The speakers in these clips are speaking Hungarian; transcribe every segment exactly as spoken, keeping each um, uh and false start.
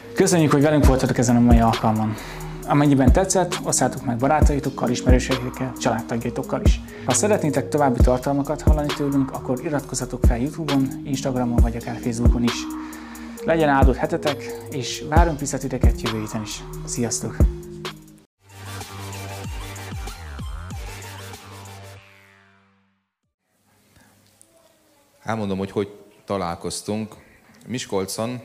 Köszönjük, hogy velünk voltatok ezen a mai alkalmon. Amennyiben tetszett, osszátok meg barátaitokkal, ismerőseikkel, családtagjaitokkal is. Ha szeretnétek további tartalmakat hallani tőlünk, akkor iratkozzatok fel YouTube-on, Instagramon vagy akár Facebookon is. Legyen áldott hetetek, és várunk vissza titeket jövő héten is. Sziasztok! Elmondom, hogy hogy találkoztunk. Miskolcon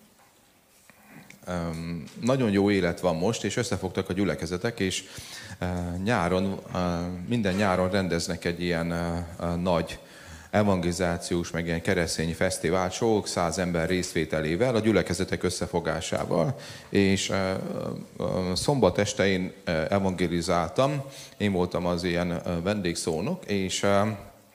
um, nagyon jó élet van most, és összefogtak a gyülekezetek, és uh, nyáron, uh, minden nyáron rendeznek egy ilyen uh, uh, nagy evangelizációs, meg ilyen keresztény fesztivált, sok száz ember részvételével, a gyülekezetek összefogásával, és uh, uh, szombat este én uh, evangelizáltam, én voltam az ilyen uh, vendégszónok, és uh,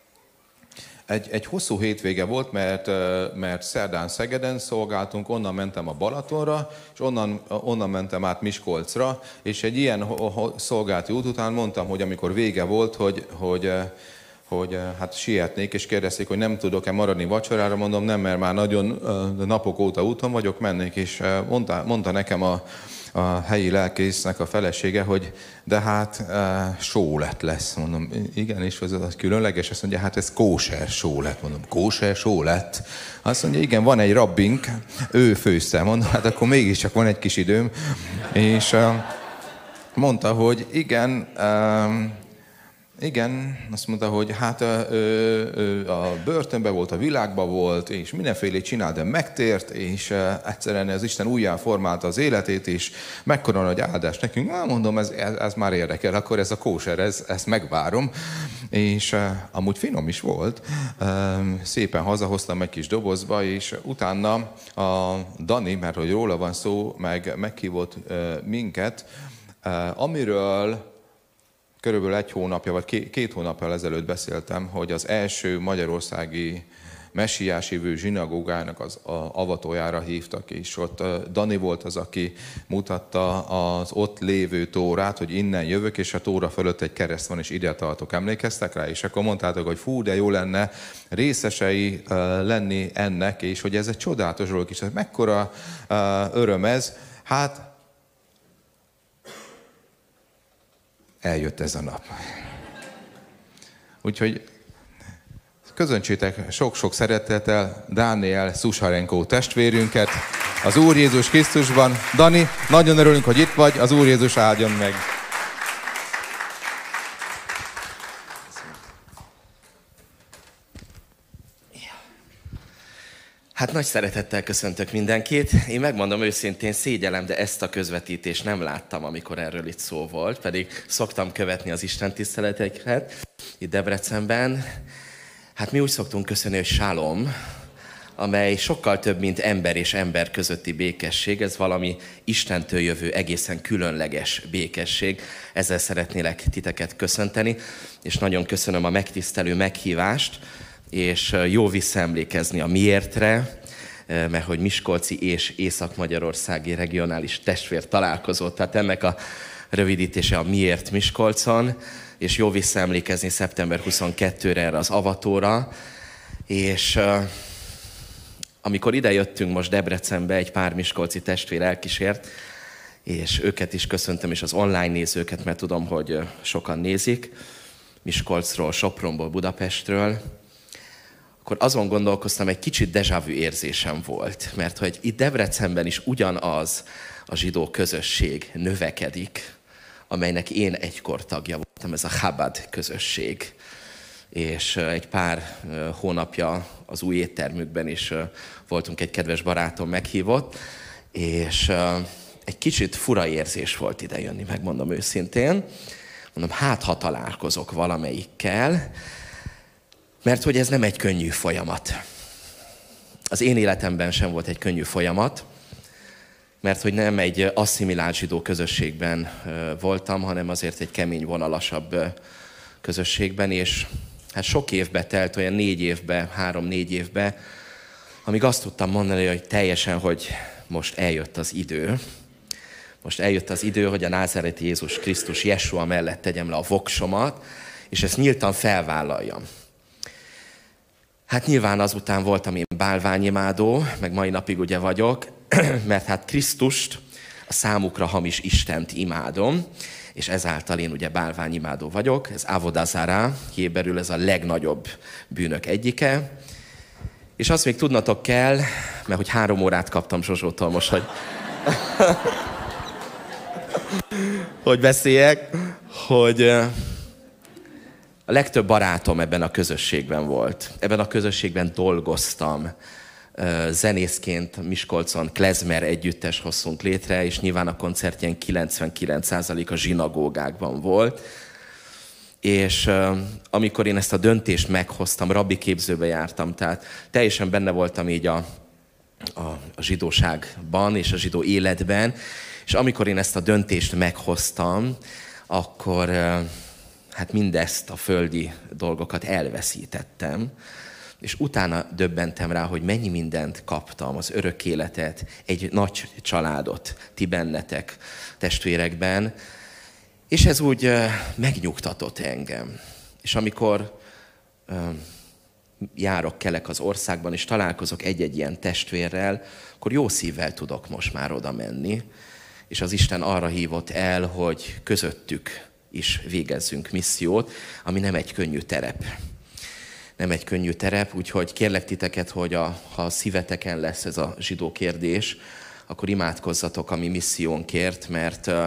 Egy, egy hosszú hétvége volt, mert, mert szerdán Szegeden szolgáltunk, onnan mentem a Balatonra, és onnan, onnan mentem át Miskolcra, és egy ilyen szolgálati út után mondtam, hogy amikor vége volt, hogy, hogy, hogy hát sietnék, és kérdezték, hogy nem tudok-e maradni vacsorára, mondom, nem, mert már nagyon napok óta úton vagyok, mennék, és mondta, mondta nekem a a helyi lelkésznek a felesége, hogy de hát uh, sólet lesz. Mondom, igen, és az, az különleges. Azt mondja, hát ez kóser sólet. Mondom, kóser sólet? Azt mondja, igen, van egy rabbink, ő főzte. Mondom, hát akkor mégiscsak van egy kis időm. És uh, mondta, hogy igen, uh, igen, azt mondta, hogy hát ő, ő a börtönben volt, a világban volt, és mindenfélét csinált, de megtért, és egyszerűen az Isten újjá formálta az életét, és mekkora nagy áldás nekünk. Á, mondom, ez, ez, ez már érdekel, akkor ez a kóser, ez, ezt megvárom. És amúgy finom is volt. Szépen hazahoztam egy kis dobozba, és utána a Dani, mert hogy róla van szó, meg meghívott minket, amiről körülbelül egy hónapja, vagy két hónappal ezelőtt beszéltem, hogy az első magyarországi messiás hívő zsinagógának az avatójára hívtak, és ott Dani volt az, aki mutatta az ott lévő tórát, hogy innen jövök, és a tóra fölött egy kereszt van, és ide tartok. Emlékeztek rá? És akkor mondtátok, hogy fú, de jó lenne részesei lenni ennek, és hogy ez egy csodálatos dolog is. Mekkora öröm ez? Hát eljött ez a nap. Úgyhogy közöntsétek sok-sok szeretettel Dániel Susharenko testvérünket az Úr Jézus Krisztusban. Dani, nagyon örülünk, hogy itt vagy, az Úr Jézus áldjon meg. Hát nagy szeretettel köszöntök mindenkit. Én megmondom őszintén, szégyellem, de ezt a közvetítést nem láttam, amikor erről itt szó volt, pedig szoktam követni az Isten tiszteleteket itt Debrecenben. Hát mi úgy szoktunk köszönni, hogy shalom, amely sokkal több, mint ember és ember közötti békesség. Ez valami Istentől jövő, egészen különleges békesség. Ezzel szeretnélek titeket köszönteni, és nagyon köszönöm a megtisztelő meghívást, és jó visszaemlékezni a miértre, mert hogy miskolci és észak-magyarországi regionális testvér találkozott, tehát ennek a rövidítése a miért Miskolcon, és jó visszaemlékezni szeptember huszonkettedikére erre az avatóra, és amikor idejöttünk most Debrecenbe, egy pár miskolci testvér elkísért, és őket is köszöntöm, és az online nézőket, mert tudom, hogy sokan nézik, Miskolcról, Sopronból, Budapestről, akkor azon gondolkoztam, egy kicsit déjà vu érzésem volt, mert hogy itt Debrecenben is ugyanaz a zsidó közösség növekedik, amelynek én egykor tagja voltam, ez a Chabad közösség. És egy pár hónapja az új éttermükben is voltunk, egy kedves barátom meghívott, és egy kicsit fura érzés volt ide jönni, megmondom őszintén. Mondom, hát ha találkozok valamelyikkel, mert hogy ez nem egy könnyű folyamat. Az én életemben sem volt egy könnyű folyamat, mert hogy nem egy asszimilált zsidó közösségben voltam, hanem azért egy kemény vonalasabb közösségben, és hát sok évbe telt, olyan négy évbe, három-négy évbe, amíg azt tudtam mondani, hogy teljesen, hogy most eljött az idő. Most eljött az idő, hogy a názáreti Jézus Krisztus, Jesua mellett tegyem le a voksomat, és ezt nyíltan felvállaljam. Hát nyilván azután voltam én bálványimádó, meg mai napig ugye vagyok, mert hát Krisztust, a számukra hamis Istent imádom, és ezáltal én ugye bálványimádó vagyok. Ez avodah zarah, héberül ez a legnagyobb bűnök egyike. És azt még tudnatok kell, mert hogy három órát kaptam Zsozsótól most, hogy, hogy beszéljek, hogy a legtöbb barátom ebben a közösségben volt. Ebben a közösségben dolgoztam. Zenészként Miskolcon klezmer együttes hoztunk létre, és nyilván a koncertjein kilencvenkilenc százalék a zsinagógákban volt. És uh, amikor én ezt a döntést meghoztam, rabbi képzőbe jártam, tehát teljesen benne voltam így a, a, a zsidóságban és a zsidó életben, és amikor én ezt a döntést meghoztam, akkor uh, hát mindezt a földi dolgokat elveszítettem, és utána döbbentem rá, hogy mennyi mindent kaptam, az örök életet, egy nagy családot, ti bennetek, testvérekben, és ez úgy uh, megnyugtatott engem. És amikor uh, járok, kelek az országban, és találkozok egy-egy ilyen testvérrel, akkor jó szívvel tudok most már oda menni, és az Isten arra hívott el, hogy közöttük is végezzünk missziót, ami nem egy könnyű terep. Nem egy könnyű terep, úgyhogy kérlek titeket, hogy a, ha a szíveteken lesz ez a zsidó kérdés, akkor imádkozzatok a mi missziónkért, mert uh,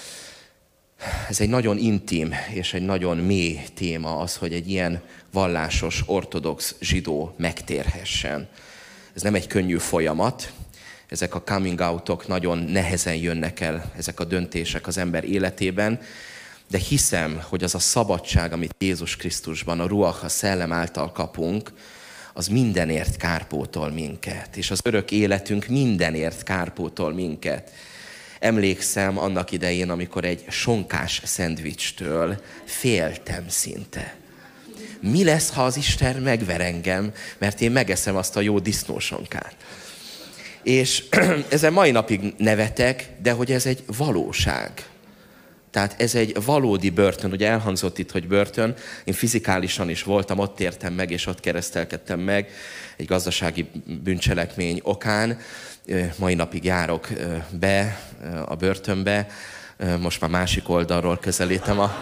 ez egy nagyon intim és egy nagyon mély téma az, hogy egy ilyen vallásos, ortodox zsidó megtérhessen. Ez nem egy könnyű folyamat, ezek a coming out-ok nagyon nehezen jönnek el, ezek a döntések az ember életében, de hiszem, hogy az a szabadság, amit Jézus Krisztusban, a ruach, a szellem által kapunk, az mindenért kárpótol minket, és az örök életünk mindenért kárpótol minket. Emlékszem annak idején, amikor egy sonkás szendvicstől féltem szinte. Mi lesz, ha az Isten megver engem, mert én megeszem azt a jó disznósonkát. És ezen mai napig nevetek, de hogy ez egy valóság. Tehát ez egy valódi börtön, ugye elhangzott itt, hogy börtön. Én fizikálisan is voltam, ott értem meg, és ott keresztelkedtem meg egy gazdasági bűncselekmény okán. Mai napig járok be a börtönbe, most már másik oldalról közelítem a,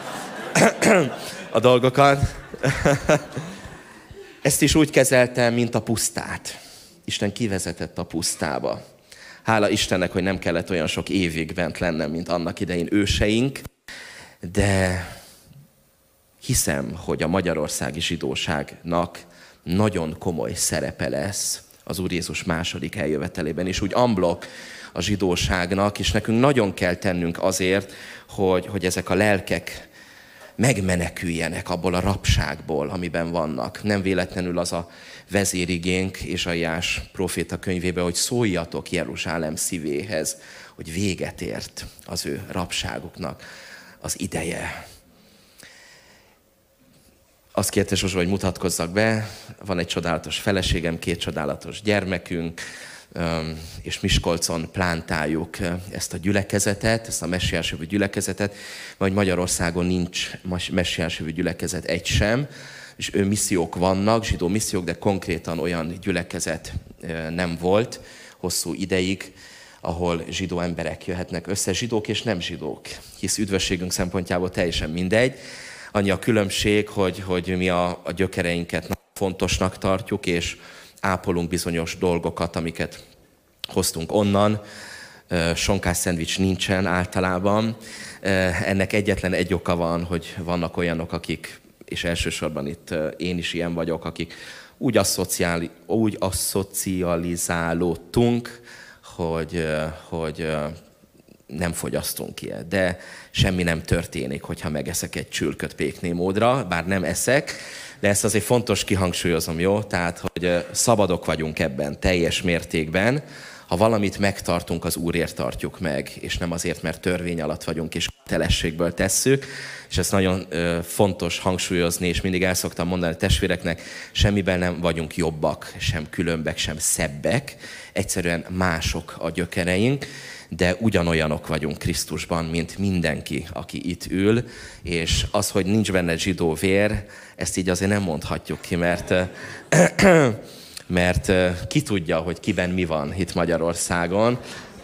a dolgokat. Ezt is úgy kezeltem, mint a pusztát. Isten kivezetett a pusztába. Hála Istennek, hogy nem kellett olyan sok évig bent lennem, mint annak idején őseink, de hiszem, hogy a magyarországi zsidóságnak nagyon komoly szerepe lesz az Úr Jézus második eljövetelében, és úgy amblok a zsidóságnak, és nekünk nagyon kell tennünk azért, hogy, hogy ezek a lelkek megmeneküljenek abból a rabságból, amiben vannak. Nem véletlenül az a vezérigénk Ézsaiás próféta könyvében, hogy szóljatok Jeruzsálem szívéhez, hogy véget ért az ő rabságuknak az ideje. Azt kérte Zsuzsó, hogy mutatkozzak be, van egy csodálatos feleségem, két csodálatos gyermekünk, és Miskolcon plántáljuk ezt a gyülekezetet, ezt a messiás jövő gyülekezetet, vagy Magyarországon nincs messiás jövő gyülekezet egy sem, és ő missziók vannak, zsidó missziók, de konkrétan olyan gyülekezet nem volt hosszú ideig, ahol zsidó emberek jöhetnek össze, zsidók és nem zsidók, hisz üdvösségünk szempontjából teljesen mindegy. Annyi a különbség, hogy, hogy mi a, a gyökereinket fontosnak tartjuk, és ápolunk bizonyos dolgokat, amiket hoztunk onnan. Sonkás szendvics nincsen általában. Ennek egyetlen egy oka van, hogy vannak olyanok, akik, és elsősorban itt én is ilyen vagyok, akik úgy, asszociáli, úgy asszocializálódtunk, hogy, hogy nem fogyasztunk ilyet. De semmi nem történik, hogyha megeszek egy csülköt péknémódra, bár nem eszek, de ezt azért fontos kihangsúlyozom, jó? Tehát, hogy szabadok vagyunk ebben teljes mértékben. Ha valamit megtartunk, az Úrért tartjuk meg, és nem azért, mert törvény alatt vagyunk, és telességből tesszük. És ezt nagyon ö, fontos hangsúlyozni, és mindig el szoktam mondani a testvéreknek, semmiben nem vagyunk jobbak, sem különbek, sem szebbek. Egyszerűen mások a gyökereink, de ugyanolyanok vagyunk Krisztusban, mint mindenki, aki itt ül, és az, hogy nincs benne zsidó vér, ezt így azért nem mondhatjuk ki, mert mert ki tudja, hogy kiben mi van itt Magyarországon.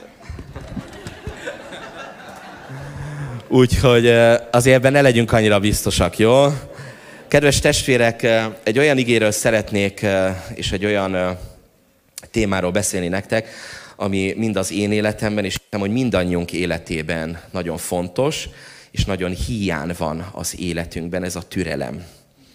Úgyhogy azért ebben ne legyünk annyira biztosak, jó? Kedves testvérek, egy olyan igéről szeretnék, és egy olyan témáról beszélni nektek, ami mind az én életemben, és hiszem, hogy mindannyiunk életében nagyon fontos, és nagyon hiány van az életünkben, ez a türelem.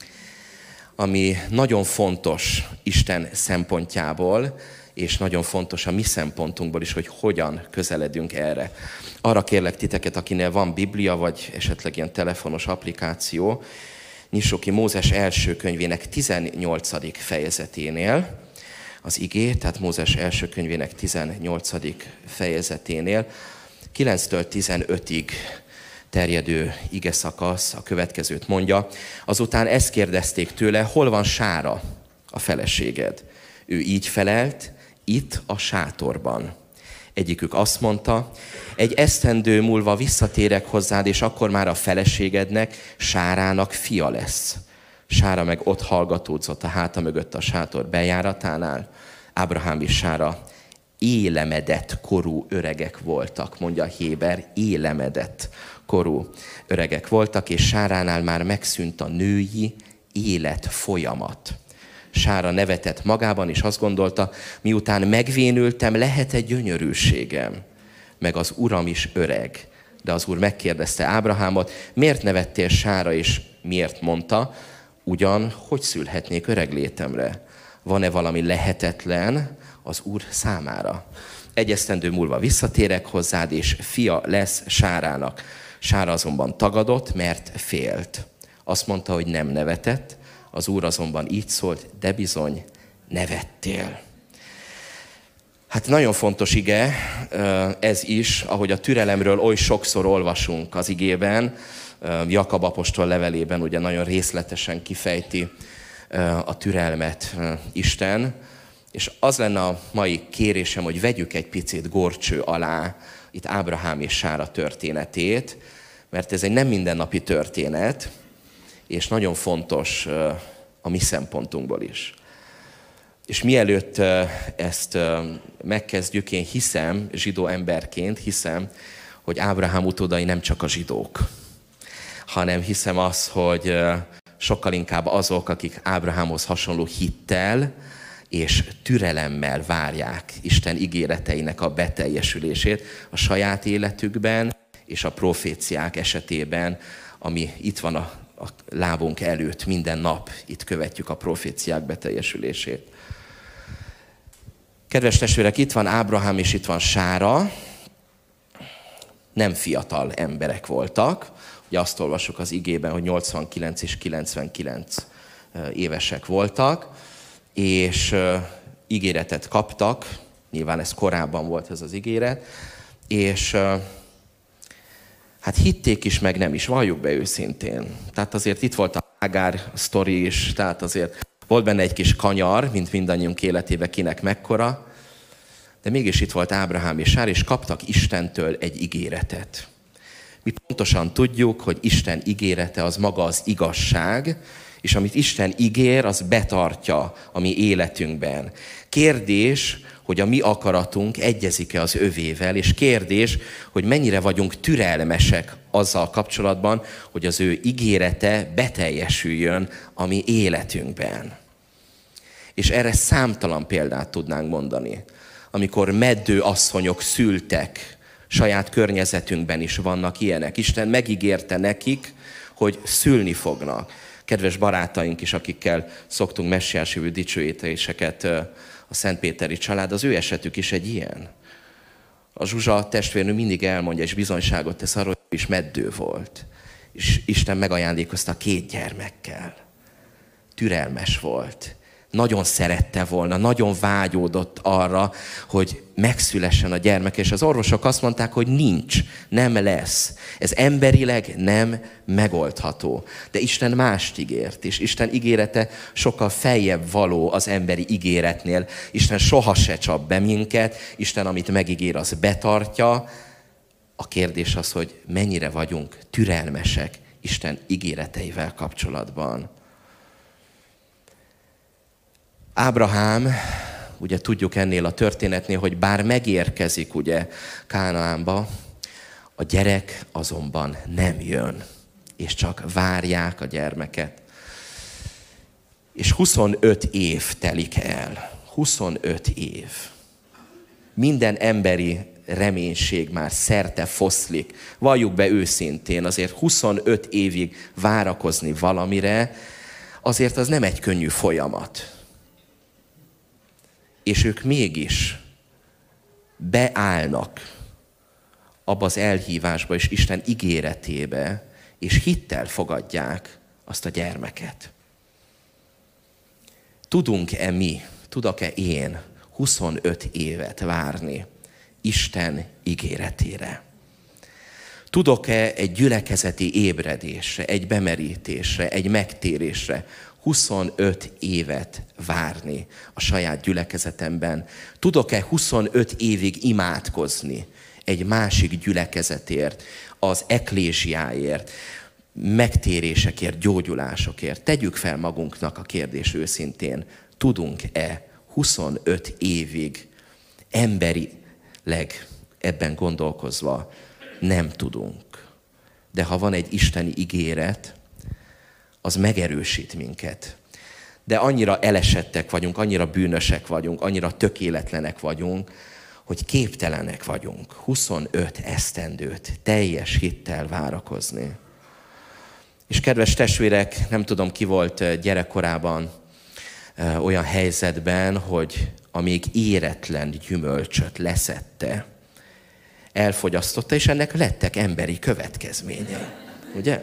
Ami nagyon fontos Isten szempontjából, és nagyon fontos a mi szempontunkból is, hogy hogyan közeledünk erre. Arra kérlek titeket, akinél van Biblia, vagy esetleg ilyen telefonos applikáció, nyissuk ki Mózes első könyvének tizennyolcadik fejezeténél az igét, tehát Mózes első könyvének tizennyolcadik fejezeténél, kilenctől tizenötig terjedő ige szakasz a következőt mondja. Azután ezt kérdezték tőle, hol van Sára, a feleséged? Ő így felelt, itt a sátorban. Egyikük azt mondta, egy esztendő múlva visszatérek hozzád, és akkor már a feleségednek, Sárának fia lesz. Sára meg ott hallgatódzott a háta mögött a sátor bejáratánál. Ábrahám és Sára élemedett korú öregek voltak, mondja a Héber, élemedett korú öregek voltak, és Sáránál már megszűnt a női élet folyamat. Sára nevetett magában, és azt gondolta, miután megvénültem, lehet-e gyönyörűségem? Meg az uram is öreg. De az úr megkérdezte Ábrahámot, miért nevettél, Sára, és miért mondta, ugyan, hogy szülhetnék öreg létemre? Van-e valami lehetetlen az úr számára? Egy esztendő múlva visszatérek hozzád, és fia lesz Sárának. Sára azonban tagadott, mert félt. Azt mondta, hogy nem nevetett, az úr azonban így szólt, de bizony nevettél. Hát nagyon fontos ige ez is, ahogy a türelemről oly sokszor olvasunk az igében. Jakab apostol levelében ugye nagyon részletesen kifejti a türelmet Isten. És az lenne a mai kérésem, hogy vegyük egy picit górcső alá itt Ábrahám és Sára történetét, mert ez egy nem mindennapi történet, és nagyon fontos a mi szempontunkból is. És mielőtt ezt megkezdjük, én hiszem, zsidó emberként hiszem, hogy Ábrahám utódai nem csak a zsidók, hanem hiszem azt, hogy sokkal inkább azok, akik Ábrahámhoz hasonló hittel és türelemmel várják Isten ígéreteinek a beteljesülését a saját életükben és a proféciák esetében, ami itt van a a lábunk előtt, minden nap itt követjük a proféciák beteljesülését. Kedves testvérek, itt van Ábrahám és itt van Sára. Nem fiatal emberek voltak. Ugye azt olvasok az igében, hogy nyolcvankilenc és kilencvenkilenc évesek voltak, és ígéretet kaptak. Nyilván ez korábban volt ez az ígéret. És hát hitték is, meg nem is, valljuk be őszintén. Tehát azért itt volt a Hágár sztori is, tehát azért volt benne egy kis kanyar, mint mindannyiunk életében kinek mekkora, de mégis itt volt Ábrahám és Sára, és kaptak Istentől egy ígéretet. Mi pontosan tudjuk, hogy Isten ígérete az maga az igazság, és amit Isten ígér, az betartja a mi életünkben. Kérdés, hogy a mi akaratunk egyezik-e az övével, és kérdés, hogy mennyire vagyunk türelmesek azzal kapcsolatban, hogy az ő ígérete beteljesüljön a mi életünkben. És erre számtalan példát tudnánk mondani. Amikor meddő asszonyok szültek, saját környezetünkben is vannak ilyenek. Isten megígérte nekik, hogy szülni fognak. Kedves barátaink is, akikkel szoktunk messiás jövő dicsőítéseket, a Szentpéteri család, az ő esetük is egy ilyen. A Zsuzsa testvérnő mindig elmondja, és bizonyságot tesz arról, hogy is meddő volt. És Isten megajándékozta két gyermekkel. Türelmes volt. Nagyon szerette volna, nagyon vágyódott arra, hogy megszülessen a gyermek, és az orvosok azt mondták, hogy nincs, nem lesz. Ez emberileg nem megoldható. De Isten mást ígért, és Isten ígérete sokkal feljebb való az emberi ígéretnél. Isten soha se csap be minket, Isten, amit megígér, az betartja. A kérdés az, hogy mennyire vagyunk türelmesek Isten ígéreteivel kapcsolatban. Ábrahám, ugye tudjuk ennél a történetnél, hogy bár megérkezik ugye Kánaánba, a gyerek azonban nem jön, és csak várják a gyermeket. És huszonöt év telik el. huszonöt év. Minden emberi reménység már szerte foszlik. Valljuk be őszintén, azért huszonöt évig várakozni valamire, azért az nem egy könnyű folyamat. És ők mégis beállnak abba az elhívásba és Isten ígéretébe, és hittel fogadják azt a gyermeket. Tudunk-e mi, tudok-e én huszonöt évet várni Isten ígéretére? Tudok-e egy gyülekezeti ébredésre, egy bemerítésre, egy megtérésre huszonöt évet várni a saját gyülekezetemben? Tudok-e huszonöt évig imádkozni egy másik gyülekezetért, az eklésiáért, megtérésekért, gyógyulásokért? Tegyük fel magunknak a kérdés őszintén, tudunk-e huszonöt évig emberileg ebben gondolkozva? Nem tudunk. De ha van egy isteni ígéret, az megerősít minket. De annyira elesettek vagyunk, annyira bűnösek vagyunk, annyira tökéletlenek vagyunk, hogy képtelenek vagyunk huszonöt esztendőt teljes hittel várakozni. És kedves testvérek, nem tudom, ki volt gyerekkorában olyan helyzetben, hogy a még éretlen gyümölcsöt leszedte, elfogyasztotta, és ennek lettek emberi következményei. Ugye?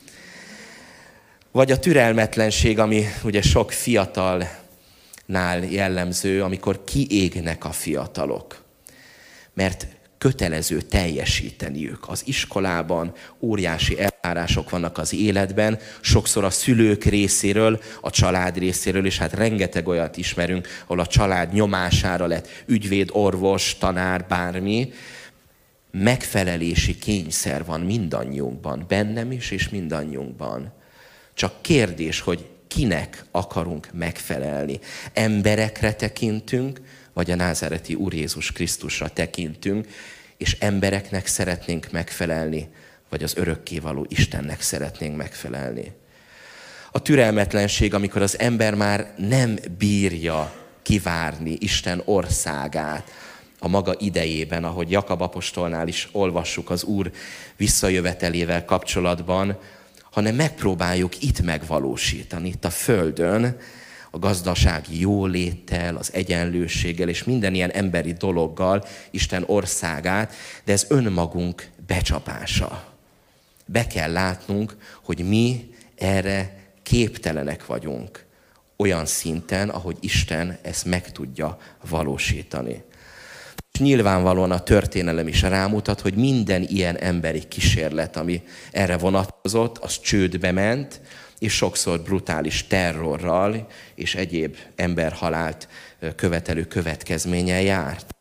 Vagy a türelmetlenség, ami ugye sok fiatalnál jellemző, amikor kiégnek a fiatalok. Mert kötelező teljesíteniük. Az iskolában óriási elvárások vannak az életben, sokszor a szülők részéről, a család részéről, és hát rengeteg olyat ismerünk, ahol a család nyomására lett ügyvéd, orvos, tanár, bármi. Megfelelési kényszer van mindannyiunkban, bennem is, és mindannyiunkban. Csak kérdés, hogy kinek akarunk megfelelni. Emberekre tekintünk, vagy a názáreti Úr Jézus Krisztusra tekintünk, és embereknek szeretnénk megfelelni, vagy az örökkévaló Istennek szeretnénk megfelelni. A türelmetlenség, amikor az ember már nem bírja kivárni Isten országát a maga idejében, ahogy Jakab apostolnál is olvassuk az Úr visszajövetelével kapcsolatban, hanem megpróbáljuk itt megvalósítani, itt a földön, a gazdasági jóléttel, az egyenlőséggel és minden ilyen emberi dologgal Isten országát, de ez önmagunk becsapása. Be kell látnunk, hogy mi erre képtelenek vagyunk olyan szinten, ahogy Isten ezt meg tudja valósítani. És nyilvánvalóan a történelem is rámutat, hogy minden ilyen emberi kísérlet, ami erre vonatkozott, az csődbe ment, és sokszor brutális terrorral és egyéb emberhalált követelő következménnyel járt.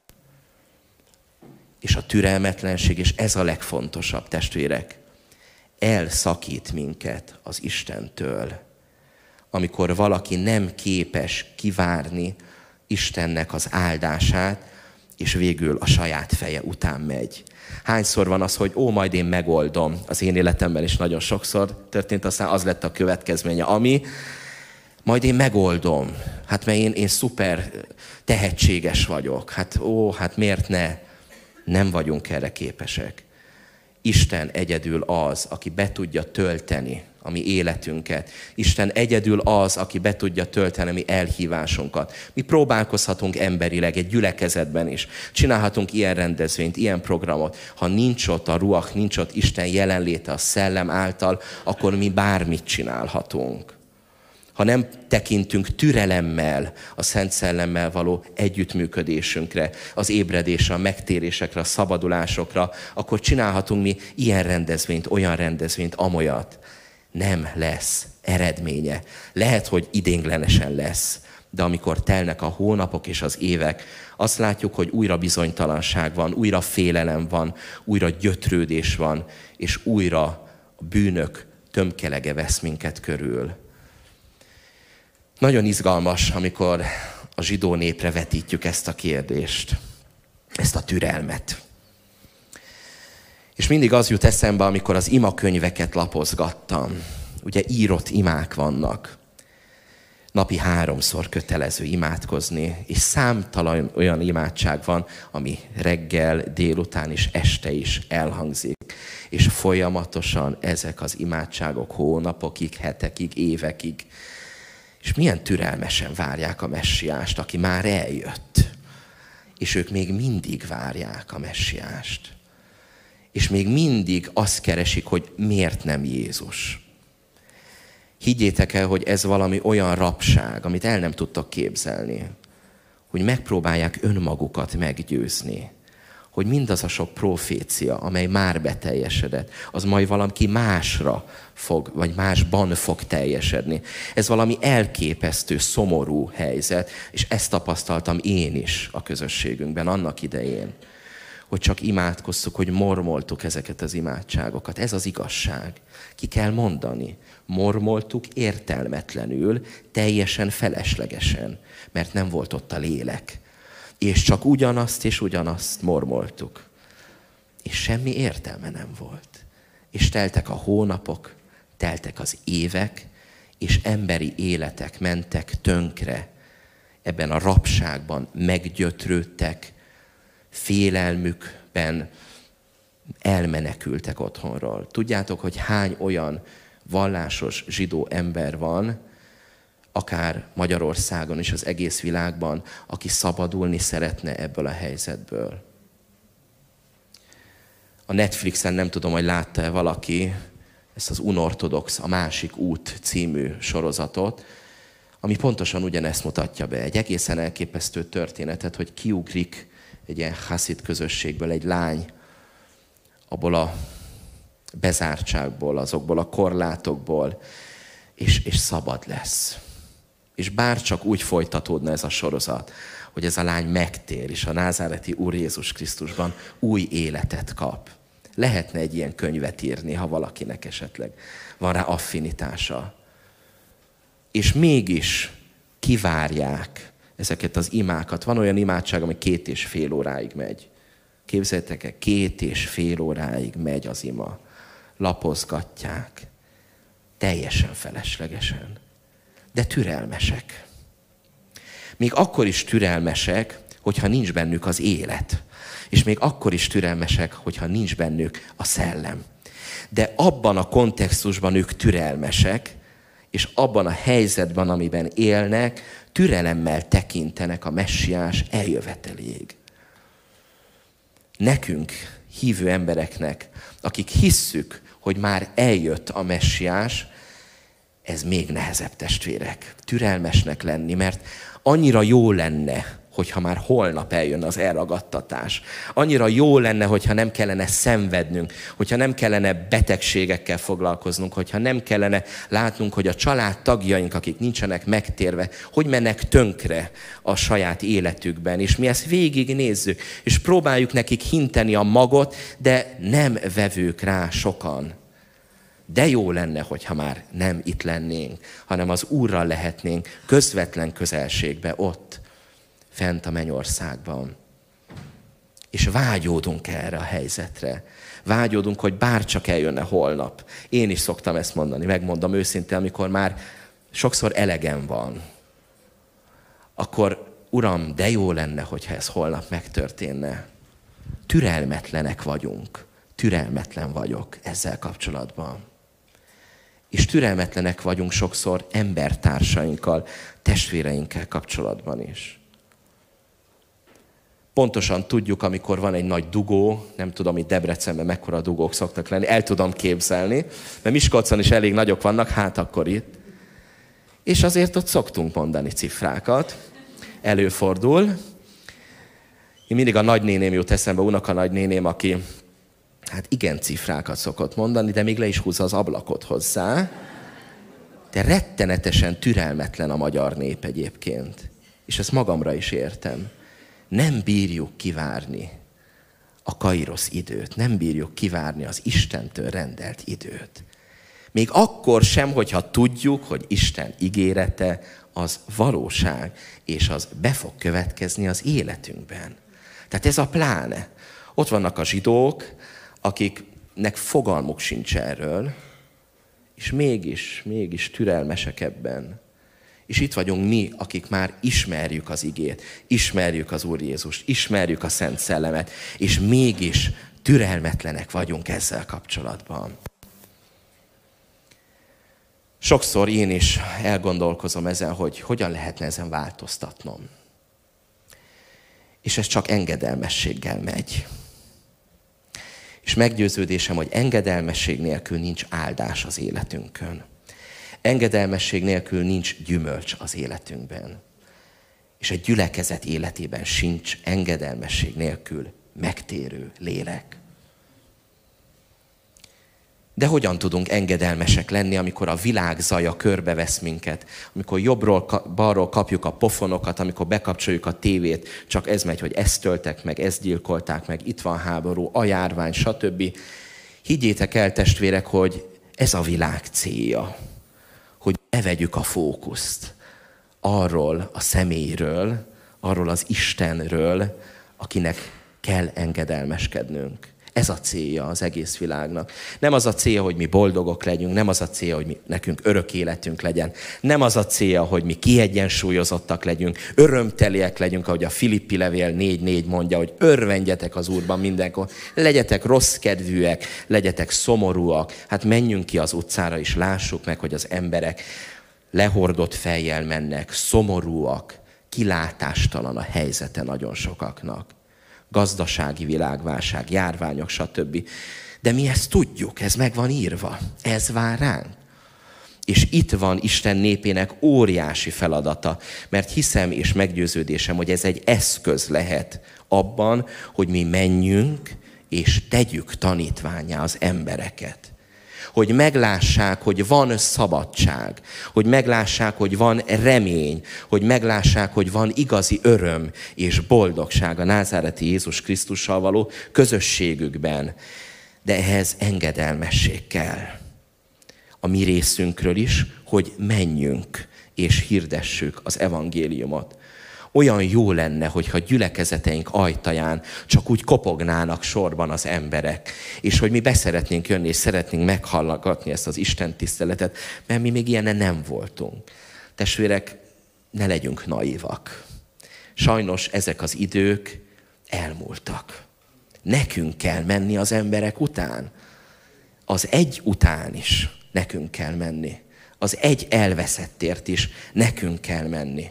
És a türelmetlenség, és ez a legfontosabb, testvérek, elszakít minket az Istentől. Amikor valaki nem képes kivárni Istennek az áldását, és végül a saját feje után megy. Hányszor van az, hogy ó, majd én megoldom. Az én életemben is nagyon sokszor történt, aztán az lett a következménye, ami majd én megoldom. Hát mert én, én szuper tehetséges vagyok. Hát ó, hát miért ne? Nem vagyunk erre képesek. Isten egyedül az, aki be tudja tölteni a mi életünket. Isten egyedül az, aki be tudja tölteni a mi elhívásunkat. Mi próbálkozhatunk emberileg, egy gyülekezetben is. Csinálhatunk ilyen rendezvényt, ilyen programot. Ha nincs ott a ruach, nincs ott Isten jelenléte a szellem által, akkor mi bármit csinálhatunk. Ha nem tekintünk türelemmel a Szent Szellemmel való együttműködésünkre, az ébredésre, a megtérésekre, a szabadulásokra, akkor csinálhatunk mi ilyen rendezvényt, olyan rendezvényt, amolyat. Nem lesz eredménye. Lehet, hogy idéglenesen lesz, de amikor telnek a hónapok és az évek, azt látjuk, hogy újra bizonytalanság van, újra félelem van, újra gyötrődés van, és újra a bűnök tömkelege vesz minket körül. Nagyon izgalmas, amikor a zsidó népre vetítjük ezt a kérdést, ezt a türelmet. És mindig az jut eszembe, amikor az imakönyveket lapozgattam. Ugye írott imák vannak. Napi háromszor kötelező imádkozni, és számtalan olyan imádság van, ami reggel, délután és este is elhangzik. És folyamatosan ezek az imádságok hónapokig, hetekig, évekig. És milyen türelmesen várják a messiást, aki már eljött. És ők még mindig várják a messiást. És még mindig azt keresik, hogy miért nem Jézus. Higgyétek el, hogy ez valami olyan rabság, amit el nem tudtok képzelni. Hogy megpróbálják önmagukat meggyőzni. Hogy mindaz a sok profécia, amely már beteljesedett, az majd valaki másra fog, vagy másban fog teljesedni. Ez valami elképesztő, szomorú helyzet, és ezt tapasztaltam én is a közösségünkben annak idején. Hogy csak imádkoztuk, hogy mormoltuk ezeket az imádságokat. Ez az igazság. Ki kell mondani. Mormoltuk értelmetlenül, teljesen feleslegesen, mert nem volt ott a lélek. És csak ugyanazt és ugyanazt mormoltuk. És semmi értelme nem volt. És teltek a hónapok, teltek az évek, és emberi életek mentek tönkre. Ebben a rabságban meggyötrődtek, félelmükben elmenekültek otthonról. Tudjátok, hogy hány olyan vallásos zsidó ember van, akár Magyarországon és az egész világban, aki szabadulni szeretne ebből a helyzetből. A Netflixen nem tudom, hogy látta-e valaki ezt az Unorthodox, a Másik út című sorozatot, ami pontosan ugyanezt mutatja be. Egy egészen elképesztő történetet, hogy kiugrik egy ilyen haszid közösségből egy lány, abból a bezártságból, azokból a korlátokból, és, és szabad lesz. És bár csak úgy folytatódna ez a sorozat, hogy ez a lány megtér, és a názáreti Úr Jézus Krisztusban új életet kap. Lehetne egy ilyen könyvet írni, ha valakinek esetleg van rá affinitása. És mégis kivárják ezeket az imákat. Van olyan imádság, ami két és fél óráig megy. Képzeljétek el, két és fél óráig megy az ima. Lapozgatják. Teljesen feleslegesen. De türelmesek. Még akkor is türelmesek, hogyha nincs bennük az élet. És még akkor is türelmesek, hogyha nincs bennük a szellem. De abban a kontextusban ők türelmesek, és abban a helyzetben, amiben élnek, türelemmel tekintenek a messiás eljöveteléig. Nekünk, hívő embereknek, akik hisszük, hogy már eljött a messiás, ez még nehezebb, testvérek. Türelmesnek lenni, mert annyira jó lenne, hogyha már holnap eljön az elragadtatás. Annyira jó lenne, hogyha nem kellene szenvednünk, hogyha nem kellene betegségekkel foglalkoznunk, hogyha nem kellene látnunk, hogy a családtagjaink, akik nincsenek megtérve, hogy mennek tönkre a saját életükben. És mi ezt végignézzük, és próbáljuk nekik hinteni a magot, de nem vevők rá sokan. De jó lenne, hogyha már nem itt lennénk, hanem az Úrral lehetnénk közvetlen közelségbe ott, fent a mennyországban. És vágyódunk erre a helyzetre. Vágyódunk, hogy bárcsak eljönne holnap. Én is szoktam ezt mondani, megmondom őszintén, amikor már sokszor elegem van. Akkor, Uram, de jó lenne, hogyha ez holnap megtörténne. Türelmetlenek vagyunk. Türelmetlen vagyok ezzel kapcsolatban. És türelmetlenek vagyunk sokszor embertársainkkal, testvéreinkkel kapcsolatban is. Pontosan tudjuk, amikor van egy nagy dugó, nem tudom, itt Debrecenben mekkora dugók szoktak lenni, el tudom képzelni, mert Miskolcon is elég nagyok vannak, hát akkor itt. És azért ott szoktunk mondani cifrákat, előfordul. Én mindig a nagynéném jut eszembe, unoka nagynéném, aki hát igen cifrákat szokott mondani, de még le is húzza az ablakot hozzá. De rettenetesen türelmetlen a magyar nép egyébként. És ezt magamra is értem. Nem bírjuk kivárni a kairosz időt. Nem bírjuk kivárni az Istentől rendelt időt. Még akkor sem, hogyha tudjuk, hogy Isten ígérete az valóság, és az be fog következni az életünkben. Tehát ez a pláne. Ott vannak a zsidók, akiknek fogalmuk sincs erről, és mégis, mégis türelmesek ebben. És itt vagyunk mi, akik már ismerjük az igét, ismerjük az Úr Jézust, ismerjük a Szent Szellemet, és mégis türelmetlenek vagyunk ezzel kapcsolatban. Sokszor én is elgondolkozom ezen, hogy hogyan lehetne ezen változtatnom. És ez csak engedelmességgel megy. És meggyőződésem, hogy engedelmesség nélkül nincs áldás az életünkön. Engedelmesség nélkül nincs gyümölcs az életünkben. És egy gyülekezet életében sincs engedelmesség nélkül megtérő lélek. De hogyan tudunk engedelmesek lenni, amikor a világ zaja körbevesz minket, amikor jobbról, balról kapjuk a pofonokat, amikor bekapcsoljuk a tévét, csak ez megy, hogy ezt töltek meg, ezt gyilkolták meg, itt van háború, a járvány, stb. Higgyétek el, testvérek, hogy ez a világ célja, hogy levegyük a fókuszt arról a személyről, arról az Istenről, akinek kell engedelmeskednünk. Ez a célja az egész világnak. Nem az a célja, hogy mi boldogok legyünk, nem az a célja, hogy mi, nekünk örök életünk legyen. Nem az a célja, hogy mi kiegyensúlyozottak legyünk, örömteliek legyünk, ahogy a Filippi levél négy négy mondja, hogy örvendjetek az Úrban mindenkor. Legyetek rossz kedvűek, legyetek szomorúak. Hát menjünk ki az utcára és lássuk meg, hogy az emberek lehordott fejjel mennek, szomorúak, kilátástalan a helyzete nagyon sokaknak. Gazdasági világválság, járványok, stb. De mi ezt tudjuk, ez meg van írva, ez vár ránk. És itt van Isten népének óriási feladata, mert hiszem és meggyőződésem, hogy ez egy eszköz lehet abban, hogy mi menjünk és tegyük tanítvánnyá az embereket. Hogy meglássák, hogy van szabadság, hogy meglássák, hogy van remény, hogy meglássák, hogy van igazi öröm és boldogság a názáreti Jézus Krisztussal való közösségükben. De ehhez engedelmesség kell. A mi részünkről is, hogy menjünk és hirdessük az evangéliumot. Olyan jó lenne, hogyha gyülekezeteink ajtaján csak úgy kopognának sorban az emberek, és hogy mi beszeretnénk jönni, és szeretnénk meghallgatni ezt az Isten tiszteletet, mert mi még ilyenen nem voltunk. Testvérek, ne legyünk naívak. Sajnos ezek az idők elmúltak. Nekünk kell menni az emberek után. Az egy után is nekünk kell menni. Az egy elveszettért is nekünk kell menni.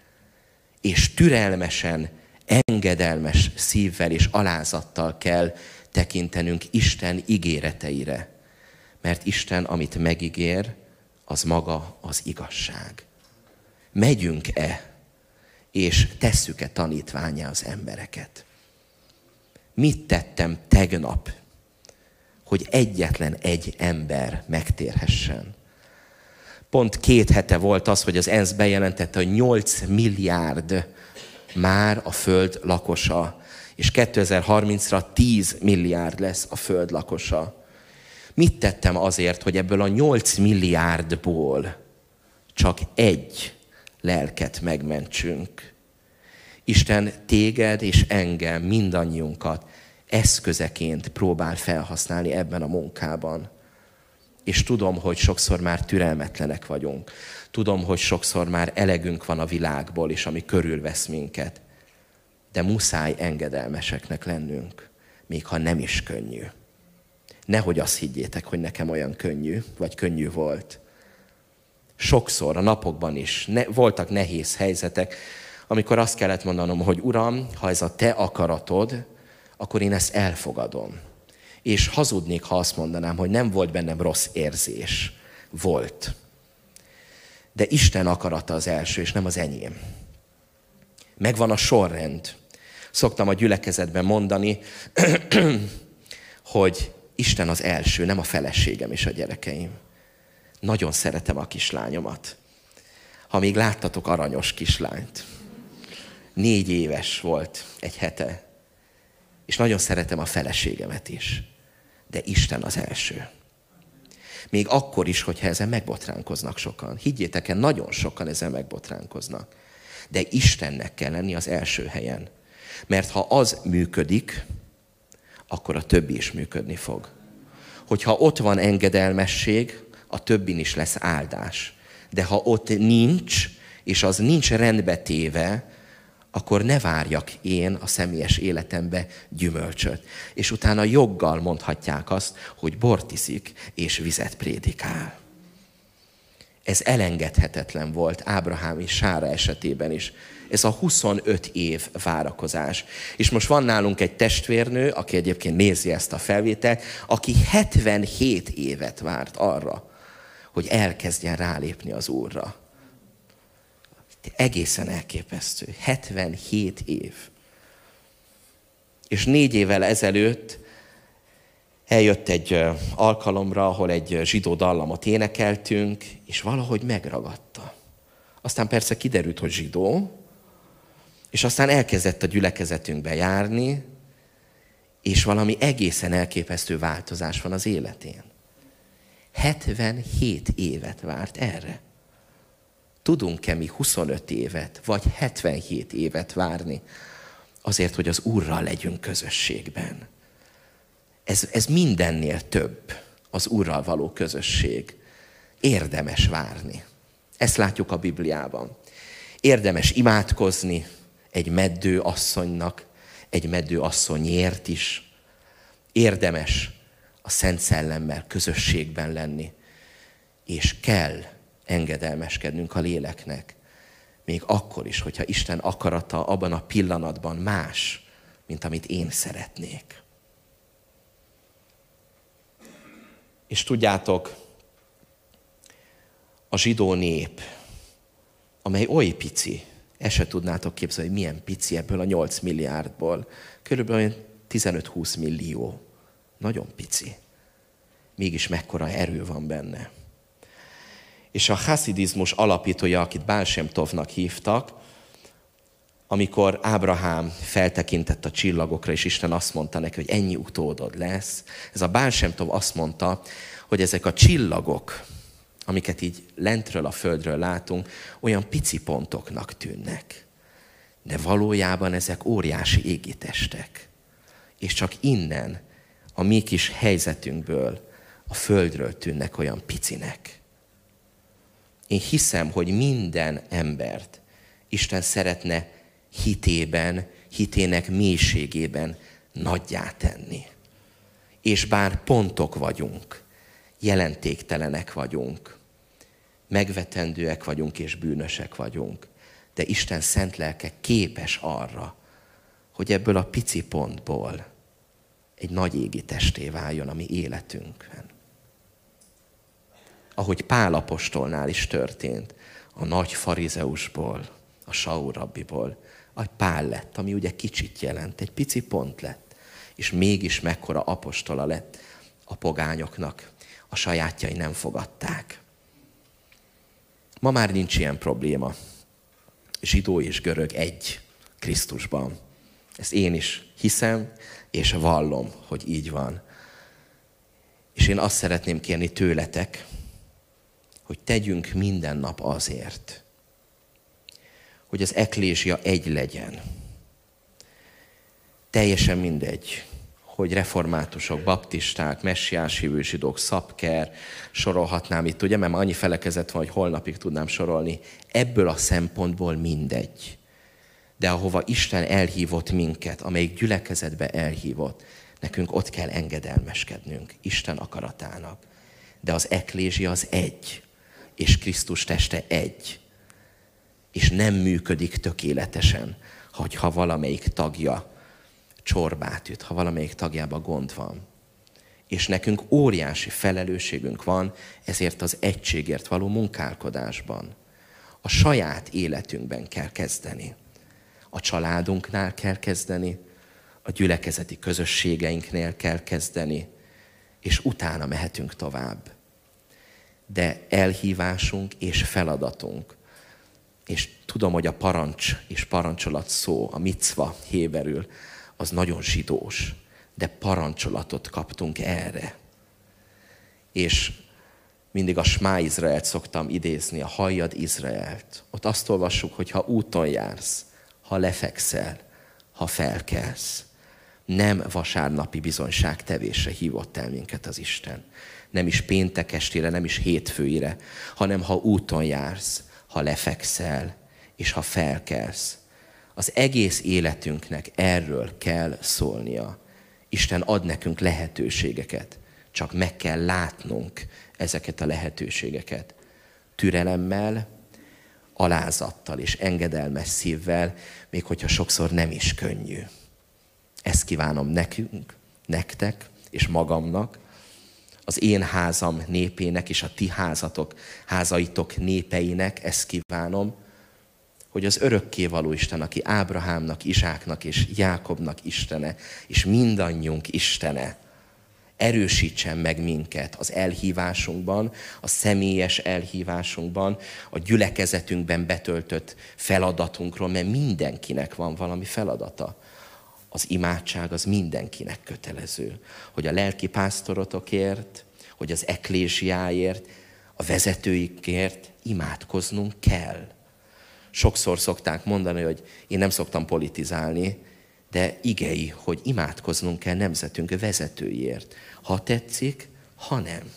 És türelmesen, engedelmes szívvel és alázattal kell tekintenünk Isten ígéreteire. Mert Isten, amit megígér, az maga az igazság. Megyünk-e, és tesszük-e tanítvánnyá az embereket? Mit tettem tegnap, hogy egyetlen egy ember megtérhessen? Pont két hete volt az, hogy az ENSZ bejelentette, hogy nyolc milliárd már a Föld lakosa, és kétezer-harmincra tíz milliárd lesz a Föld lakosa. Mit tettem azért, hogy ebből a nyolc milliárdból csak egy lelket megmentsünk? Isten téged és engem, mindannyiunkat eszközeként próbál felhasználni ebben a munkában. És tudom, hogy sokszor már türelmetlenek vagyunk. Tudom, hogy sokszor már elegünk van a világból, és ami körülvesz minket. De muszáj engedelmeseknek lennünk, még ha nem is könnyű. Nehogy azt higgyétek, hogy nekem olyan könnyű, vagy könnyű volt. Sokszor, a napokban is ne, voltak nehéz helyzetek, amikor azt kellett mondanom, hogy Uram, ha ez a te akaratod, akkor én ezt elfogadom. És hazudnék, ha azt mondanám, hogy nem volt bennem rossz érzés. Volt. De Isten akarata az első, és nem az enyém. Megvan a sorrend. Szoktam a gyülekezetben mondani, hogy Isten az első, nem a feleségem és a gyerekeim. Nagyon szeretem a kislányomat. Ha még láttatok aranyos kislányt. Négy éves volt egy hete. És nagyon szeretem a feleségemet is. De Isten az első. Még akkor is, hogyha ezen megbotránkoznak sokan. Higgyétek el, nagyon sokan ezen megbotránkoznak. De Istennek kell lenni az első helyen. Mert ha az működik, akkor a többi is működni fog. Hogyha ott van engedelmesség, a többin is lesz áldás. De ha ott nincs, és az nincs rendbe téve, akkor ne várjak én a személyes életembe gyümölcsöt. És utána joggal mondhatják azt, hogy bort iszik és vizet prédikál. Ez elengedhetetlen volt Ábrahám és Sára esetében is. Ez a huszonöt év várakozás. És most van nálunk egy testvérnő, aki egyébként nézi ezt a felvételt, aki hetvenhét évet várt arra, hogy elkezdjen rálépni az Úrra. Egészen elképesztő. hetvenhét év. És négy évvel ezelőtt eljött egy alkalomra, ahol egy zsidó dallamot énekeltünk, és valahogy megragadta. Aztán persze kiderült, hogy zsidó, és aztán elkezdett a gyülekezetünkbe járni, és valami egészen elképesztő változás van az életén. hetvenhét évet várt erre. Tudunk-e mi huszonöt évet, vagy hetvenhét évet várni azért, hogy az Úrral legyünk közösségben? Ez, ez mindennél több, az Úrral való közösség. Érdemes várni. Ezt látjuk a Bibliában. Érdemes imádkozni egy meddő asszonynak, egy meddő asszonyért is. Érdemes a Szent Szellemmel közösségben lenni. És kell engedelmeskednünk a léleknek. Még akkor is, hogyha Isten akarata abban a pillanatban más, mint amit én szeretnék. És tudjátok, a zsidó nép, amely oly pici, ezt se tudnátok képzelni, hogy milyen pici ebből a nyolc milliárdból, körülbelül tizenöt-húsz millió. Nagyon pici. Mégis mekkora erő van benne. És a haszidizmus alapítója, akit Bál Sem Tovnak hívtak, amikor Ábrahám feltekintett a csillagokra, és Isten azt mondta neki, hogy ennyi utódod lesz, ez a Bál Sem Tov azt mondta, hogy ezek a csillagok, amiket így lentről a földről látunk, olyan pici pontoknak tűnnek. De valójában ezek óriási égitestek. És csak innen, a mi kis helyzetünkből, a földről tűnnek olyan picinek. Én hiszem, hogy minden embert Isten szeretne hitében, hitének mélységében nagyjá tenni. És bár pontok vagyunk, jelentéktelenek vagyunk, megvetendőek vagyunk és bűnösek vagyunk, de Isten szent lelke képes arra, hogy ebből a pici pontból egy nagy égi testé váljon a mi életünkben. Ahogy Pál apostolnál is történt, a nagy farizeusból, a Saul rabbiból, a Pál lett, ami ugye kicsit jelent, egy pici pont lett, és mégis mekkora apostola lett a pogányoknak. A sajátjai nem fogadták. Ma már nincs ilyen probléma. Zsidó és görög egy Krisztusban. Ezt én is hiszem, és vallom, hogy így van. És én azt szeretném kérni tőletek, hogy tegyünk minden nap azért, hogy az eklézsia egy legyen. Teljesen mindegy, hogy reformátusok, baptisták, messiás hívő zsidók, szabker, sorolhatnám itt, ugye, mert annyi felekezet van, hogy holnapig tudnám sorolni. Ebből a szempontból mindegy. De ahova Isten elhívott minket, amelyik gyülekezetbe elhívott, nekünk ott kell engedelmeskednünk Isten akaratának. De az eklézsia az egy, és Krisztus teste egy. És nem működik tökéletesen, hogyha valamelyik tagja csorbát üt, ha valamelyik tagjában gond van. És nekünk óriási felelősségünk van ezért az egységért való munkálkodásban. A saját életünkben kell kezdeni. A családunknál kell kezdeni, a gyülekezeti közösségeinknél kell kezdeni, és utána mehetünk tovább. De elhívásunk és feladatunk, és tudom, hogy a parancs és parancsolat szó, a micva héberül, az nagyon zsidós, de parancsolatot kaptunk erre. És mindig a Smá Izraelt szoktam idézni, a halljad Izraelt. Ott azt olvassuk, hogy ha úton jársz, ha lefekszel, ha felkelsz. Nem vasárnapi bizonyságtevésre hívott el minket az Isten. Nem is péntek estére, nem is hétfőire, hanem ha úton jársz, ha lefekszel, és ha felkelsz. Az egész életünknek erről kell szólnia. Isten ad nekünk lehetőségeket, csak meg kell látnunk ezeket a lehetőségeket. Türelemmel, alázattal és engedelmes szívvel, még hogyha sokszor nem is könnyű. Ezt kívánom nekünk, nektek és magamnak, az én házam népének és a ti házatok, házaitok népeinek, ezt kívánom, hogy az örökkévaló Isten, aki Ábrahámnak, Izsáknak és Jákobnak Istene, és mindannyiunk Istene, erősítsen meg minket az elhívásunkban, a személyes elhívásunkban, a gyülekezetünkben betöltött feladatunkról, mert mindenkinek van valami feladata. Az imádság az mindenkinek kötelező. Hogy a lelkipásztorotokért, hogy az eklésiáért, a vezetőikért imádkoznunk kell. Sokszor szokták mondani, hogy én nem szoktam politizálni, de igei, hogy imádkoznunk kell nemzetünk vezetőiért. Ha tetszik, ha nem.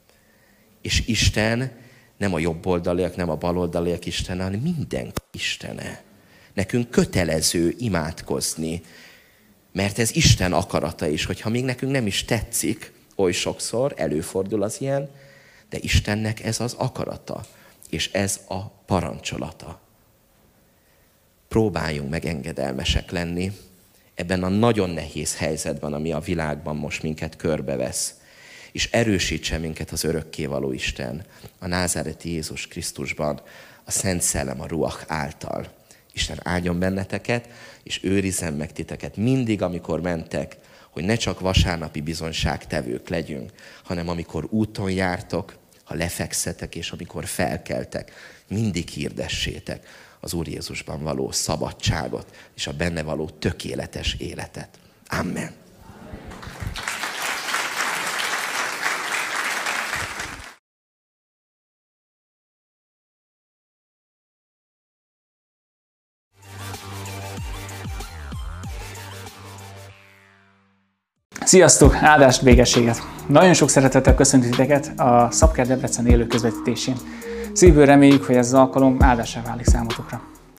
És Isten nem a jobboldaliak, nem a baloldaliak Istene, hanem mindenki Istene. Nekünk kötelező imádkozni, mert ez Isten akarata is, hogyha még nekünk nem is tetszik, oly sokszor előfordul az ilyen, de Istennek ez az akarata, és ez a parancsolata. Próbáljunk meg engedelmesek lenni ebben a nagyon nehéz helyzetben, ami a világban most minket körbevesz, és erősítse minket az örökkévaló Isten, a názáreti Jézus Krisztusban, a Szent Szellem, a Ruach által. Isten áldjon benneteket, és őrizzen meg titeket mindig, amikor mentek, hogy ne csak vasárnapi bizonyságtevők legyünk, hanem amikor úton jártok, ha lefekszetek, és amikor felkeltek, mindig hirdessétek az Úr Jézusban való szabadságot, és a benne való tökéletes életet. Amen. Sziasztok! Áldást, békességet! Nagyon sok szeretettel köszöntök titeket a Szabker Debrecen élő közvetítésén. Szívből reméljük, hogy ez az alkalom áldássá válik számotokra.